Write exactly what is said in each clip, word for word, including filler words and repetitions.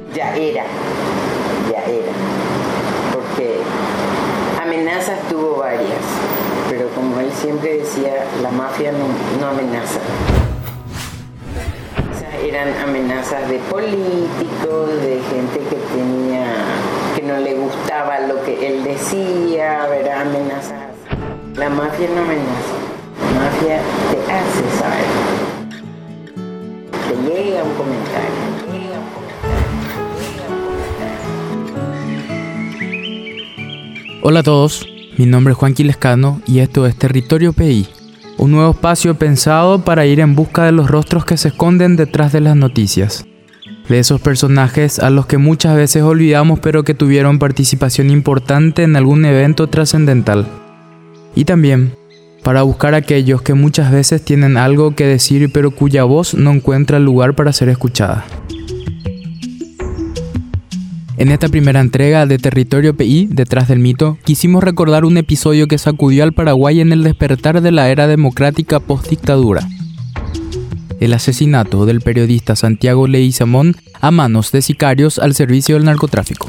Ya era, ya era, porque amenazas tuvo varias, pero como él siempre decía, la mafia no, no amenaza. Esas eran amenazas de políticos, de gente que tenía, que no le gustaba lo que él decía, ¿verdad? Amenazas. La mafia no amenaza, la mafia te hace saber. Te llega un comentario, llega un comentario, llega un comentario. Hola a todos, mi nombre es Juanqui Lescano y esto es Territorio P I, un nuevo espacio pensado para ir en busca de los rostros que se esconden detrás de las noticias. De esos personajes a los que muchas veces olvidamos pero que tuvieron participación importante en algún evento trascendental. Y también para buscar a aquellos que muchas veces tienen algo que decir pero cuya voz no encuentra lugar para ser escuchada. En esta primera entrega de Territorio P I, Detrás del Mito, quisimos recordar un episodio que sacudió al Paraguay en el despertar de la era democrática post-dictadura. El asesinato del periodista Santiago Leguizamón a manos de sicarios al servicio del narcotráfico.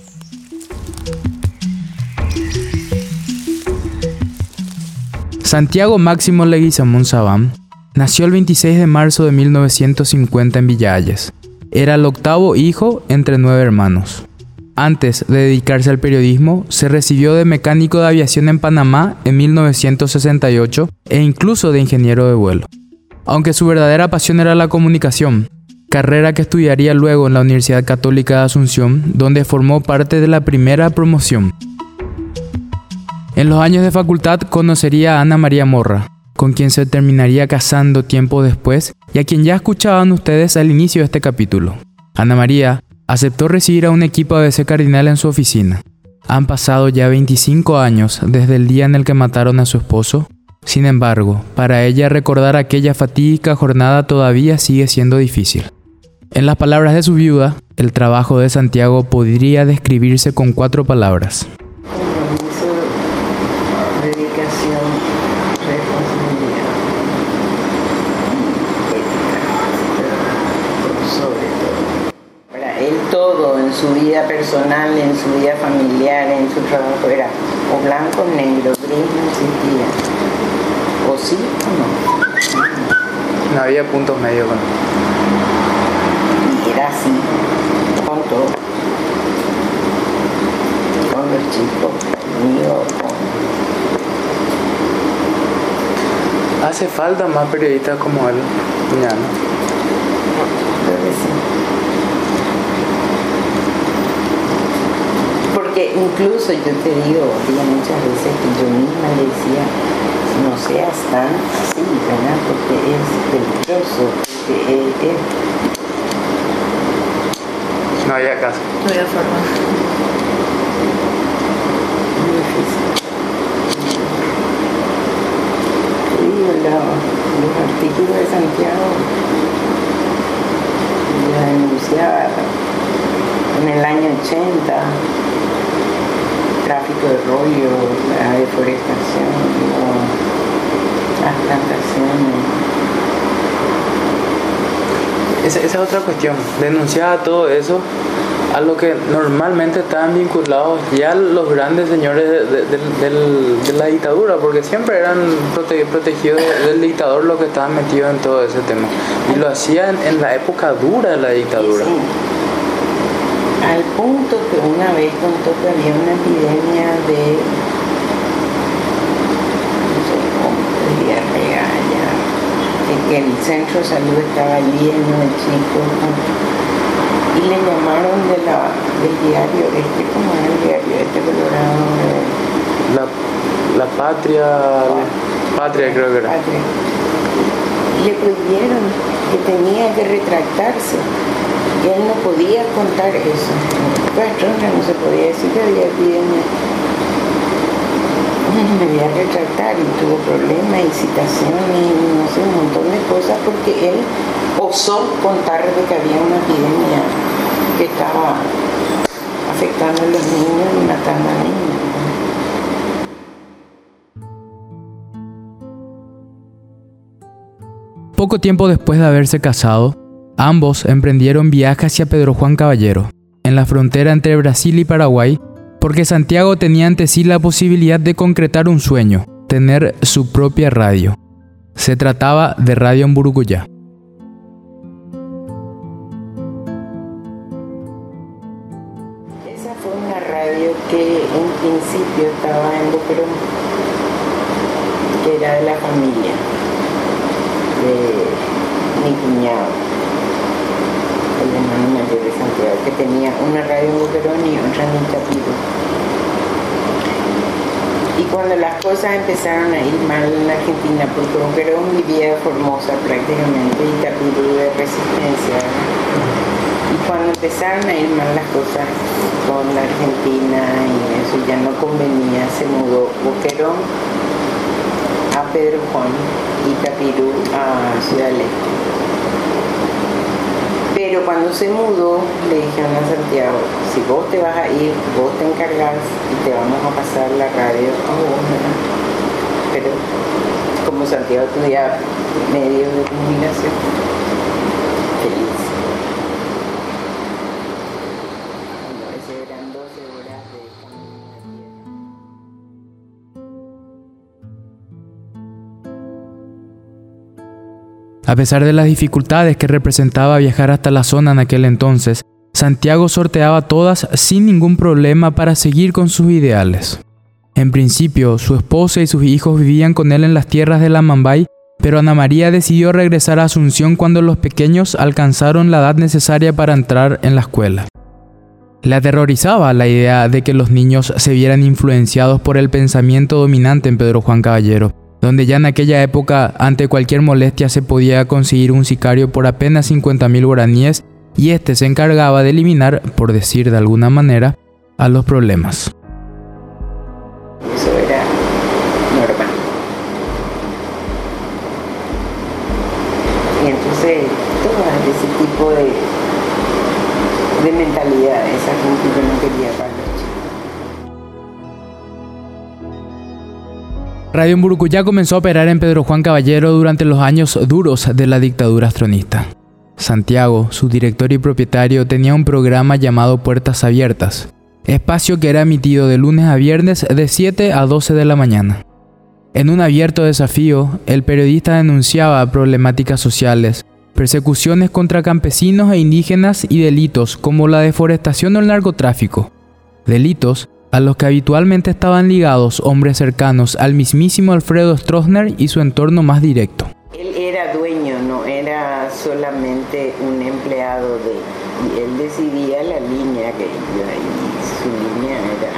Santiago Máximo Leguizamón Sabán nació el veintiséis de marzo de mil novecientos cincuenta en Villa Hayes. Era el octavo hijo entre nueve hermanos. Antes de dedicarse al periodismo, se recibió de mecánico de aviación en Panamá en mil novecientos sesenta y ocho e incluso de ingeniero de vuelo. Aunque su verdadera pasión era la comunicación, carrera que estudiaría luego en la Universidad Católica de Asunción, donde formó parte de la primera promoción. En los años de facultad conocería a Ana María Morra, con quien se terminaría casando tiempo después y a quien ya escuchaban ustedes al inicio de este capítulo. Ana María aceptó recibir a un equipo A B C Cardinal en su oficina. Han pasado ya veinticinco años desde el día en el que mataron a su esposo. Sin embargo, para ella recordar aquella fatídica jornada todavía sigue siendo difícil. En las palabras de su viuda, el trabajo de Santiago podría describirse con cuatro palabras. Todo en su vida personal, en su vida familiar, en su trabajo era o blanco o negro, gris no existía. O sí o no. No había puntos medios con él. Y era así, con todo. Con los chicos, conmigo, con... ¿Hace falta más periodistas como él? Ya, ¿no? Creo que sí. Porque incluso yo te digo, había muchas veces que yo misma le decía, no seas tan así, ¿verdad? Porque es peligroso, porque es, es... No había caso. No había forma. Muy difícil. Te digo, la, los artículos de Santiago, la denunciaba en el año ochenta, tráfico de rollo, la deforestación, las plantaciones. Esa, esa es otra cuestión. Denunciaba todo eso a lo que normalmente estaban vinculados ya los grandes señores de, de, de, de, de la dictadura, porque siempre eran prote, protegidos del dictador los que estaban metidos en todo ese tema. Y lo hacían en la época dura de la dictadura. Sí, sí. Al punto que una vez contó que había una epidemia de, no sé cómo, de diarrea allá, que, que el centro de salud estaba lleno de chicos, ¿no? Y le llamaron de la, del diario este, ¿cómo era el diario este colorado? La, la Patria, la Patria creo que era. Patria. Y le prohibieron que tenía que retractarse. Y él no podía contar eso. Castro no se podía decir que había epidemia. Me voy a retractar y tuvo problemas y citaciones y no sé, un montón de cosas porque él osó contar de que había una epidemia que estaba afectando a los niños y matando a niños. Poco tiempo después de haberse casado, Ambos emprendieron viaje hacia Pedro Juan Caballero, en la frontera entre Brasil y Paraguay, porque Santiago tenía ante sí la posibilidad de concretar un sueño, tener su propia radio. Se trataba de Radio Mburucuyá. Esa fue una radio que en principio estaba en Boquerón, que era de la familia de mi cuñado, el hermano mayor de Santiago, que tenía una radio en Boquerón y otra en Itapirú. Y cuando las cosas empezaron a ir mal en la Argentina, porque Boquerón vivía de Formosa prácticamente, y Itapirú de Resistencia, y cuando empezaron a ir mal las cosas con la Argentina y eso ya no convenía, se mudó Boquerón a Pedro Juan y Itapirú a Ciudad del Este. Pero cuando se mudó, le dijeron a Santiago, si vos te vas a ir, vos te encargás y te vamos a pasar la radio a vos, ¿verdad? Pero como Santiago tenía medios de comunicación, feliz. Bueno, ese eran doce horas de camino a tierra. A pesar de las dificultades que representaba viajar hasta la zona en aquel entonces, Santiago sorteaba todas sin ningún problema para seguir con sus ideales. En principio, su esposa y sus hijos vivían con él en las tierras de la Mambay, pero Ana María decidió regresar a Asunción cuando los pequeños alcanzaron la edad necesaria para entrar en la escuela. Le aterrorizaba la idea de que los niños se vieran influenciados por el pensamiento dominante en Pedro Juan Caballero, donde ya en aquella época, ante cualquier molestia, se podía conseguir un sicario por apenas cincuenta mil guaraníes y este se encargaba de eliminar, por decir de alguna manera, a los problemas. Eso era normal. Y entonces, todo ese tipo de, de mentalidad, esa gente que no quería para los chicos. Radio Mburucuyá comenzó a operar en Pedro Juan Caballero durante los años duros de la dictadura astronista. Santiago, su director y propietario, tenía un programa llamado Puertas Abiertas, espacio que era emitido de lunes a viernes de siete a doce de la mañana. En un abierto desafío, el periodista denunciaba problemáticas sociales, persecuciones contra campesinos e indígenas y delitos como la deforestación o el narcotráfico. Delitos a los que habitualmente estaban ligados hombres cercanos al mismísimo Alfredo Stroessner y su entorno más directo. Él era dueño, no era solamente un empleado de... Y él decidía la línea que iba y su línea era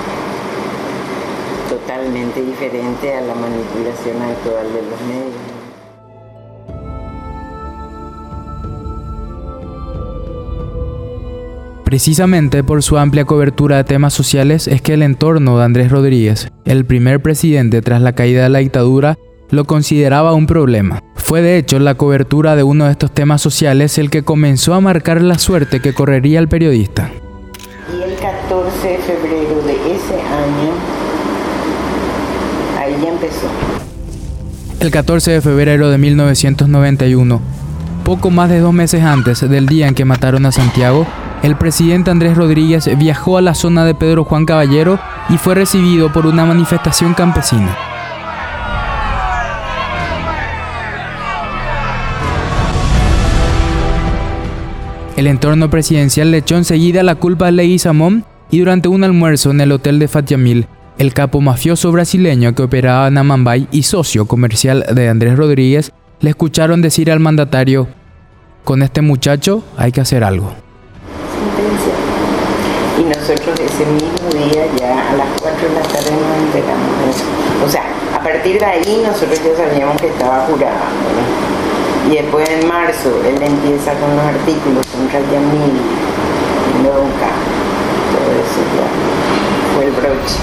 totalmente diferente a la manipulación actual de los medios. Precisamente por su amplia cobertura de temas sociales es que el entorno de Andrés Rodríguez, el primer presidente tras la caída de la dictadura, lo consideraba un problema. Fue de hecho la cobertura de uno de estos temas sociales el que comenzó a marcar la suerte que correría el periodista. Y el catorce de febrero de ese año, ahí ya empezó. El catorce de febrero de mil novecientos noventa y uno, poco más de dos meses antes del día en que mataron a Santiago, el presidente Andrés Rodríguez viajó a la zona de Pedro Juan Caballero y fue recibido por una manifestación campesina. El entorno presidencial le echó enseguida la culpa a Leguizamón y durante un almuerzo en el hotel de Fatiamil, el capo mafioso brasileño que operaba en Amambay y socio comercial de Andrés Rodríguez, le escucharon decir al mandatario: con este muchacho hay que hacer algo. Y nosotros ese mismo día, ya a las cuatro de la tarde, nos enteramos de eso. O sea, a partir de ahí nosotros ya sabíamos que estaba jurado, ¿no? Y después en marzo él empieza con los artículos contra Yamil, Nunca, todo eso ya fue el broche.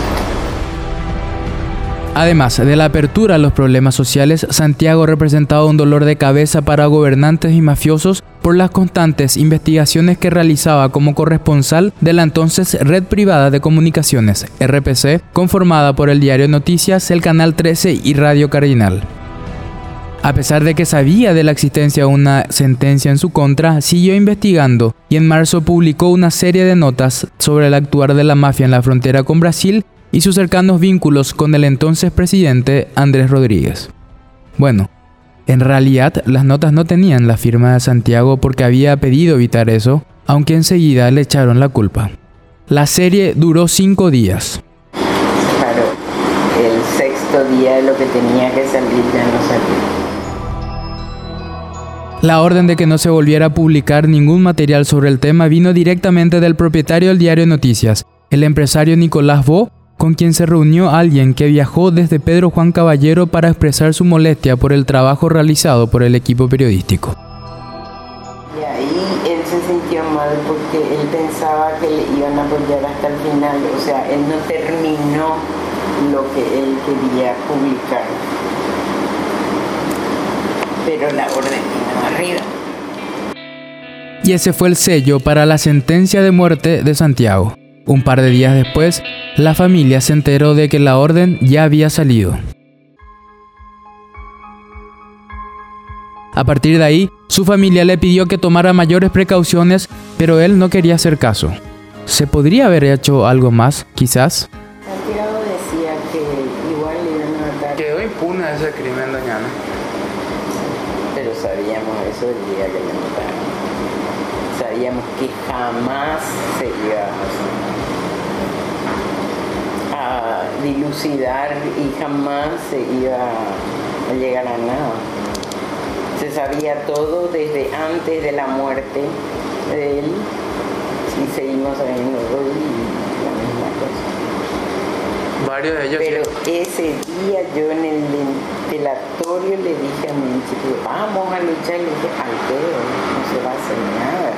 Además de la apertura a los problemas sociales, Santiago representaba un dolor de cabeza para gobernantes y mafiosos por las constantes investigaciones que realizaba como corresponsal de la entonces Red Privada de Comunicaciones, R P C, conformada por el diario Noticias, el Canal trece y Radio Cardinal. A pesar de que sabía de la existencia de una sentencia en su contra, siguió investigando y en marzo publicó una serie de notas sobre el actuar de la mafia en la frontera con Brasil y sus cercanos vínculos con el entonces presidente Andrés Rodríguez. Bueno, en realidad las notas no tenían la firma de Santiago porque había pedido evitar eso, aunque enseguida le echaron la culpa. La serie duró cinco días. Claro, el sexto día de lo que tenía que salir ya no salió. La orden de que no se volviera a publicar ningún material sobre el tema vino directamente del propietario del diario Noticias, el empresario Nicolás Bo, con quien se reunió alguien que viajó desde Pedro Juan Caballero para expresar su molestia por el trabajo realizado por el equipo periodístico. Y ahí él se sintió mal porque él pensaba que le iban a apoyar hasta el final, o sea, él no terminó lo que él quería publicar. Pero la orden vino arriba. Y ese fue el sello para la sentencia de muerte de Santiago. Un par de días después, la familia se enteró de que la orden ya había salido. A partir de ahí, su familia le pidió que tomara mayores precauciones, pero él no quería hacer caso. ¿Se podría haber hecho algo más, quizás? Santiago decía que igual le iban a matar. Quedó impune ese crimen, doña Ana. Pero sabíamos eso el día que le mataron. Sabíamos que jamás se iba a dilucidar y jamás se iba a llegar a nada. Se sabía todo desde antes de la muerte de él y seguimos sabiendo hoy la misma cosa. Varios de ellos. Pero ese día yo en el velatorio le dije a mi chico, vamos a luchar, y le dije, al pedo, no se va a hacer nada.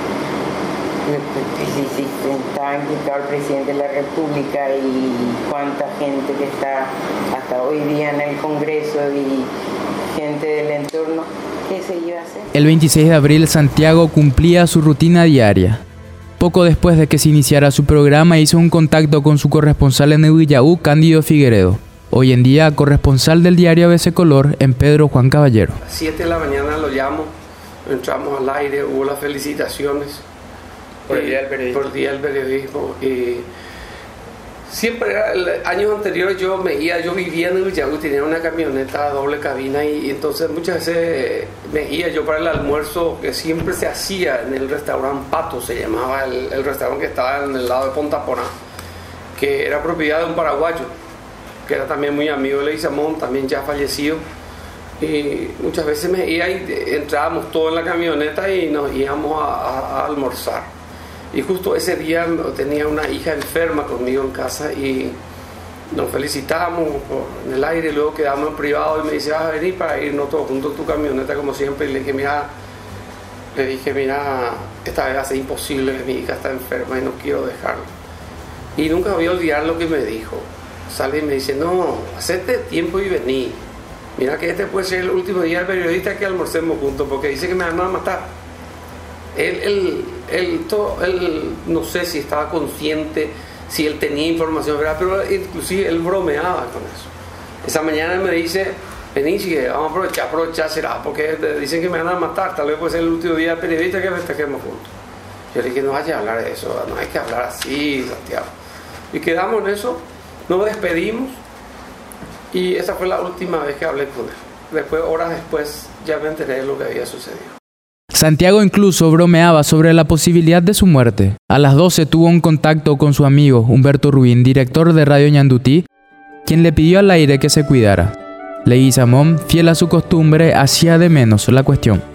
Si está implicado el presidente de la República y cuánta gente que está hasta hoy día en el Congreso y gente del entorno, ¿qué se iba a hacer? El veintiséis de abril, Santiago cumplía su rutina diaria. Poco después de que se iniciara su programa, hizo un contacto con su corresponsal en Ehuillaú, Cándido Figueredo, hoy en día corresponsal del diario A B C Color en Pedro Juan Caballero. A las siete de la mañana lo llamo, entramos al aire, hubo las felicitaciones por el Día del Periodismo. Por el Día del Periodismo. Y siempre, era, el, años anteriores yo me iba, yo vivía en Ehuillaú, tenía una camioneta doble cabina y, y entonces muchas veces me iba yo para el almuerzo que siempre se hacía en el restaurante Pato, se llamaba el, el restaurante que estaba en el lado de Punta Porá, que era propiedad de un paraguayo, que era también muy amigo de Leguizamón, también ya fallecido. Y muchas veces me iba y entrábamos todos en la camioneta y nos íbamos a, a, a almorzar. Y justo ese día tenía una hija enferma conmigo en casa y nos felicitamos por, en el aire, y luego quedamos en privado y me dice, vas a venir para irnos todos juntos en tu camioneta como siempre. Y le dije, mira, le dije, mira, esta vez va a ser imposible, que mi hija está enferma y no quiero dejarla. Y nunca voy a olvidar lo que me dijo. Sale y me dice, no, hacete tiempo y vení. Mira que este puede ser el último día del periodista que almorcemos juntos, porque dice que me van a matar. Él, él, él, todo, él no sé si estaba consciente, si él tenía información, ¿verdad? Pero inclusive él bromeaba con eso. Esa mañana me dice, vení, sigue, vamos a aprovechar, aprovechar será, porque dicen que me van a matar, tal vez puede ser el último día del periodista que festejemos juntos. Yo le dije, no hay que hablar de eso, no hay que hablar así, Santiago. Y quedamos en eso, nos despedimos y esa fue la última vez que hablé con él. Después, horas después, ya me enteré de lo que había sucedido. Santiago incluso bromeaba sobre la posibilidad de su muerte. A las doce tuvo un contacto con su amigo Humberto Rubín, director de Radio Ñandutí, quien le pidió al aire que se cuidara. Leguizamón, fiel a su costumbre, hacía de menos la cuestión.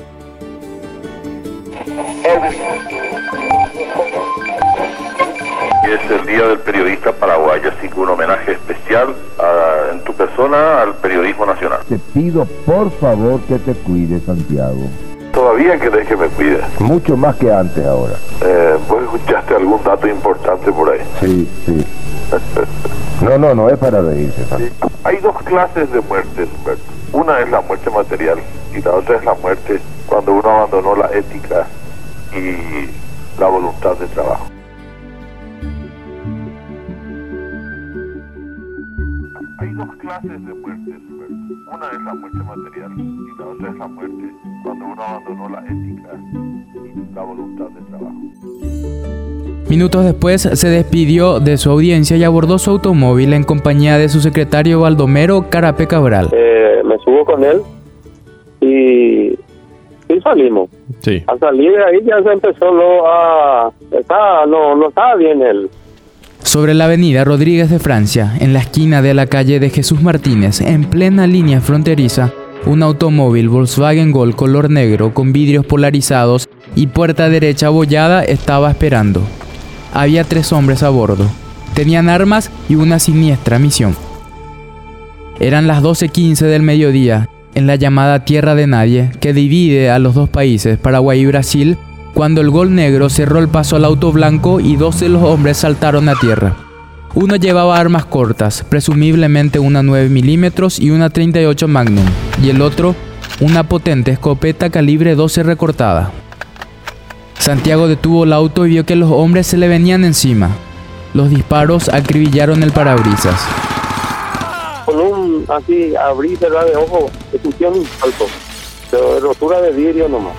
Es el Día del Periodista Paraguayo, así que un homenaje especial a, en tu persona al periodismo nacional. Te pido por favor que te cuides, Santiago. Todavía querés que me cuide. Mucho más que antes ahora. Eh, ¿Vos escuchaste algún dato importante por ahí? Sí, sí. No, no, no es para reírse. Sí. Hay dos clases de muertes, Humberto. Una es la muerte material y la otra es la muerte cuando uno abandonó la ética y la voluntad de trabajo. Hay dos clases. clases de muerte, Humberto. Una es la muerte material y la otra es la muerte cuando uno abandonó la ética y la voluntad de trabajo. Minutos después se despidió de su audiencia y abordó su automóvil en compañía de su secretario Baldomero Carapé Cabral. Eh, me subo con él y, y salimos. Sí. Al salir de ahí ya se empezó lo a... Estaba, no, no estaba bien él. Sobre la avenida Rodríguez de Francia, en la esquina de la calle de Jesús Martínez, en plena línea fronteriza, un automóvil Volkswagen Gol color negro con vidrios polarizados y puerta derecha abollada estaba esperando. Había tres hombres a bordo. Tenían armas y una siniestra misión. Eran las doce quince del mediodía, en la llamada Tierra de Nadie, que divide a los dos países, Paraguay y Brasil, cuando el Gol negro cerró el paso al auto blanco y dos de los hombres saltaron a tierra. Uno llevaba armas cortas, presumiblemente una nueve milímetros y una treinta y ocho Magnum, y el otro, una potente escopeta calibre doce recortada. Santiago detuvo el auto y vio que los hombres se le venían encima. Los disparos acribillaron el parabrisas. Con un así abrir cerrar de ojo, escuché un salto, pero de rotura de vidrio nomás.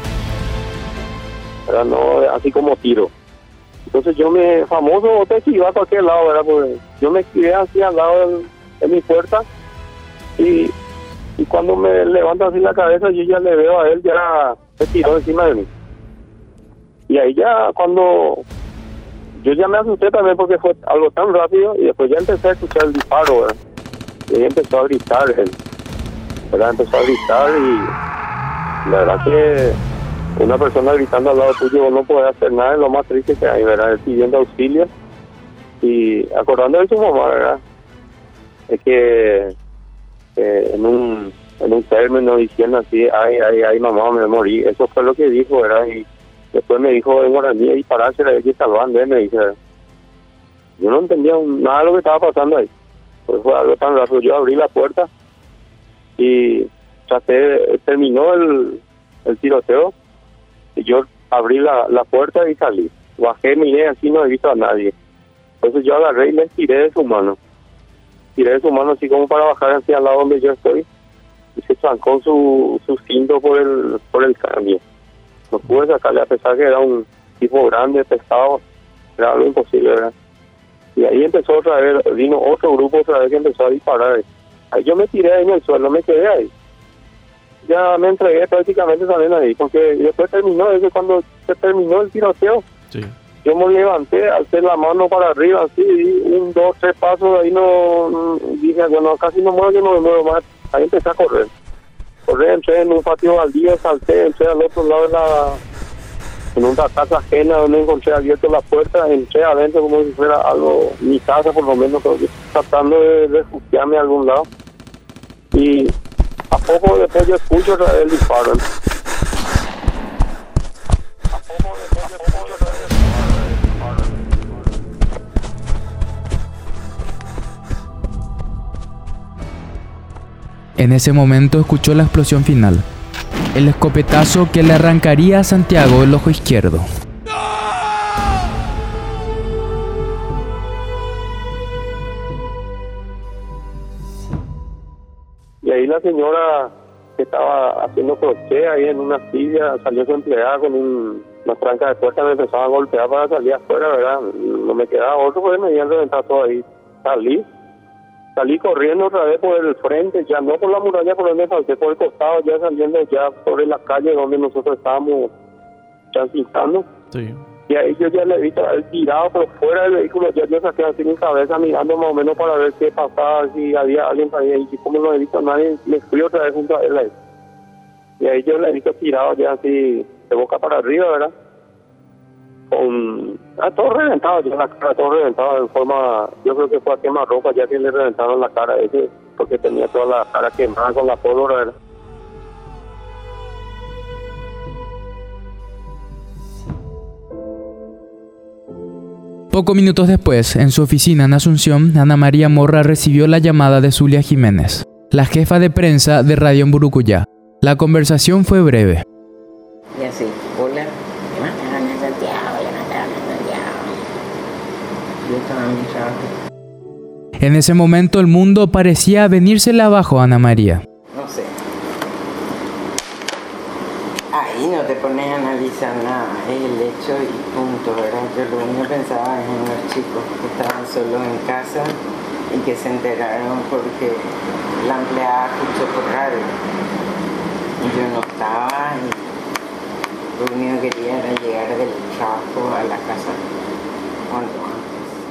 Era no así como tiro. Entonces yo me, famoso, te esquivé a cualquier lado, ¿verdad? Pues yo me esquivé así al lado del, de mi puerta y, y cuando me levanto así la cabeza yo ya le veo a él, ya se tiró encima de mí. Y ahí ya cuando yo ya me asusté también porque fue algo tan rápido y después ya empecé a escuchar el disparo, ¿verdad? Y ahí empezó a gritar él, ¿verdad? Empezó a gritar y la verdad que una persona gritando al lado tuyo no puede hacer nada, es lo más triste que hay, ¿verdad? Él pidiendo auxilio y acordando de su mamá, ¿verdad? Es que eh, en un en un término diciendo así, ay, ay, ay, mamá, me morí, eso fue lo que dijo, ¿verdad? Y después me dijo en guaraní, y pararse, la que salvando, me dice, yo no entendía nada de lo que estaba pasando ahí, pues fue algo tan rápido. Yo abrí la puerta y traté, terminó el, el tiroteo, y yo abrí la, la puerta y salí, bajé, miré, así no he visto a nadie, entonces yo agarré y le tiré de su mano, tiré de su mano así como para bajar hacia al lado donde yo estoy, y se trancó su, su cinto por el, por el cambio. No pude sacarle, a pesar que era un tipo grande, pesado, era algo imposible, ¿verdad? Y ahí empezó otra vez, vino otro grupo otra vez que empezó a disparar. Ahí yo me tiré en el suelo, me quedé ahí. Ya me entregué prácticamente también ahí, porque después terminó, es que cuando se terminó el tiroteo, Sí. yo me levanté, alcé la mano para arriba, así, y un, dos, tres pasos, ahí no, dije, bueno, casi no muero, yo no me muevo más. Ahí empecé a correr. Corré, entré en un patio baldío, salté, entré al otro lado de la... en una casa ajena donde encontré abierto la puerta, entré adentro como si fuera algo, mi casa por lo menos, pero yo tratando de refugiarme a algún lado. Y a poco después yo escucho otra vez el disparo. A poco después yo escucho otra vez el disparo. En ese momento escuchó la explosión final, el escopetazo que le arrancaría a Santiago el ojo izquierdo. Y ahí la señora que estaba haciendo crochet ahí en una silla, salió su empleada con un, una tranca de puerta, me empezaba a golpear para salir afuera, ¿verdad? No me quedaba otro, pues me habían reventado todo ahí. Salí, salí corriendo otra vez por el frente, ya no por la muralla, por donde salté, por el costado, ya saliendo ya sobre la calle donde nosotros estábamos transitando. Sí. Y ahí yo ya le he visto a él tirado por fuera del vehículo, ya yo saqué así mi cabeza mirando más o menos para ver qué pasaba, si había alguien ahí, y como no he visto a nadie, me fui otra vez junto a él ahí. Y ahí yo le he visto tirado ya así, de boca para arriba, ¿verdad? Con... Ah, todo reventado, ya la cara, todo reventado en forma, yo creo que fue a quemar ropa ya que le reventaron la cara a ese, porque tenía toda la cara quemada con la pólvora, ¿verdad? Pocos minutos después, en su oficina en Asunción, Ana María Morra recibió la llamada de Zulia Jiménez, la jefa de prensa de Radio Mburucuyá. La conversación fue breve. Y así, hola, le mataron a Santiago, le mataron a Santiago. Yo estaba en mi trabajo. En ese momento el mundo parecía venírsele abajo a Ana María. No sé. Ahí no te pones a analizar nada, es el hecho y punto, ¿verdad? Yo lo único que pensaba es en los chicos que estaban solos en casa y que se enteraron porque la empleada escuchó por radio. Y yo no estaba y lo único que quería era llegar del trabajo a la casa cuanto antes.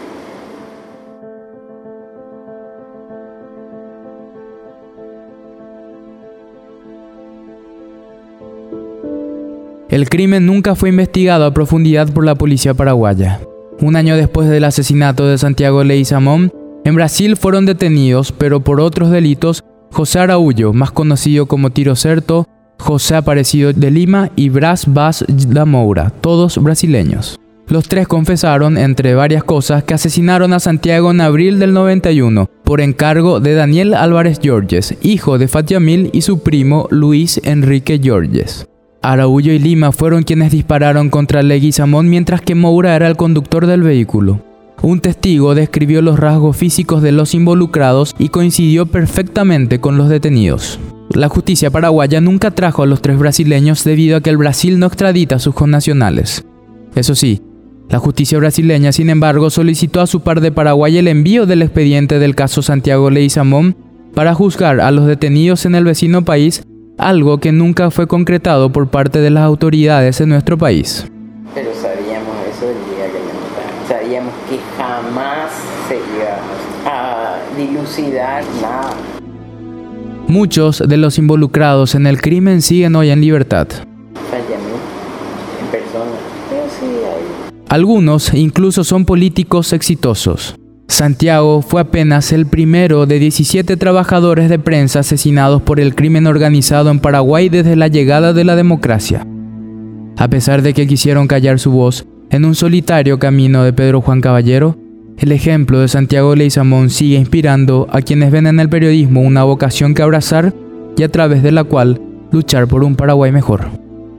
El crimen nunca fue investigado a profundidad por la policía paraguaya. Un año después del asesinato de Santiago Leguizamón, en Brasil fueron detenidos, pero por otros delitos, José Araújo, más conocido como Tiro Certo, José Aparecido de Lima y Brás Vaz da Moura, todos brasileños. Los tres confesaron, entre varias cosas, que asesinaron a Santiago en abril del noventa y uno, por encargo de Daniel Álvarez Georges, hijo de Fatiamil y su primo Luis Enrique Georges. Araújo y Lima fueron quienes dispararon contra Leguizamón mientras que Moura era el conductor del vehículo. Un testigo describió los rasgos físicos de los involucrados y coincidió perfectamente con los detenidos. La justicia paraguaya nunca trajo a los tres brasileños debido a que el Brasil no extradita a sus connacionales. Eso sí, la justicia brasileña, sin embargo, solicitó a su par de Paraguay el envío del expediente del caso Santiago Leguizamón para juzgar a los detenidos en el vecino país, algo que nunca fue concretado por parte de las autoridades en nuestro país. Pero sabíamos eso el día que me mataron. Sabíamos que jamás se iba a dilucidar nada. Muchos de los involucrados en el crimen siguen hoy en libertad. Fallamos en persona. Pero sí hay. Algunos incluso son políticos exitosos. Santiago fue apenas el primero de diecisiete trabajadores de prensa asesinados por el crimen organizado en Paraguay desde la llegada de la democracia. A pesar de que quisieron callar su voz en un solitario camino de Pedro Juan Caballero, el ejemplo de Santiago Leguizamón sigue inspirando a quienes ven en el periodismo una vocación que abrazar y a través de la cual luchar por un Paraguay mejor.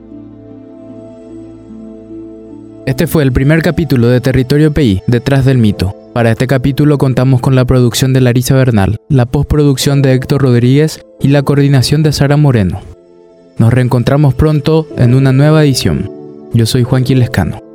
Este fue el primer capítulo de Territorio P I, Detrás del Mito. Para este capítulo contamos con la producción de Larisa Bernal, la postproducción de Héctor Rodríguez y la coordinación de Sara Moreno. Nos reencontramos pronto en una nueva edición. Yo soy Juan Quilescano.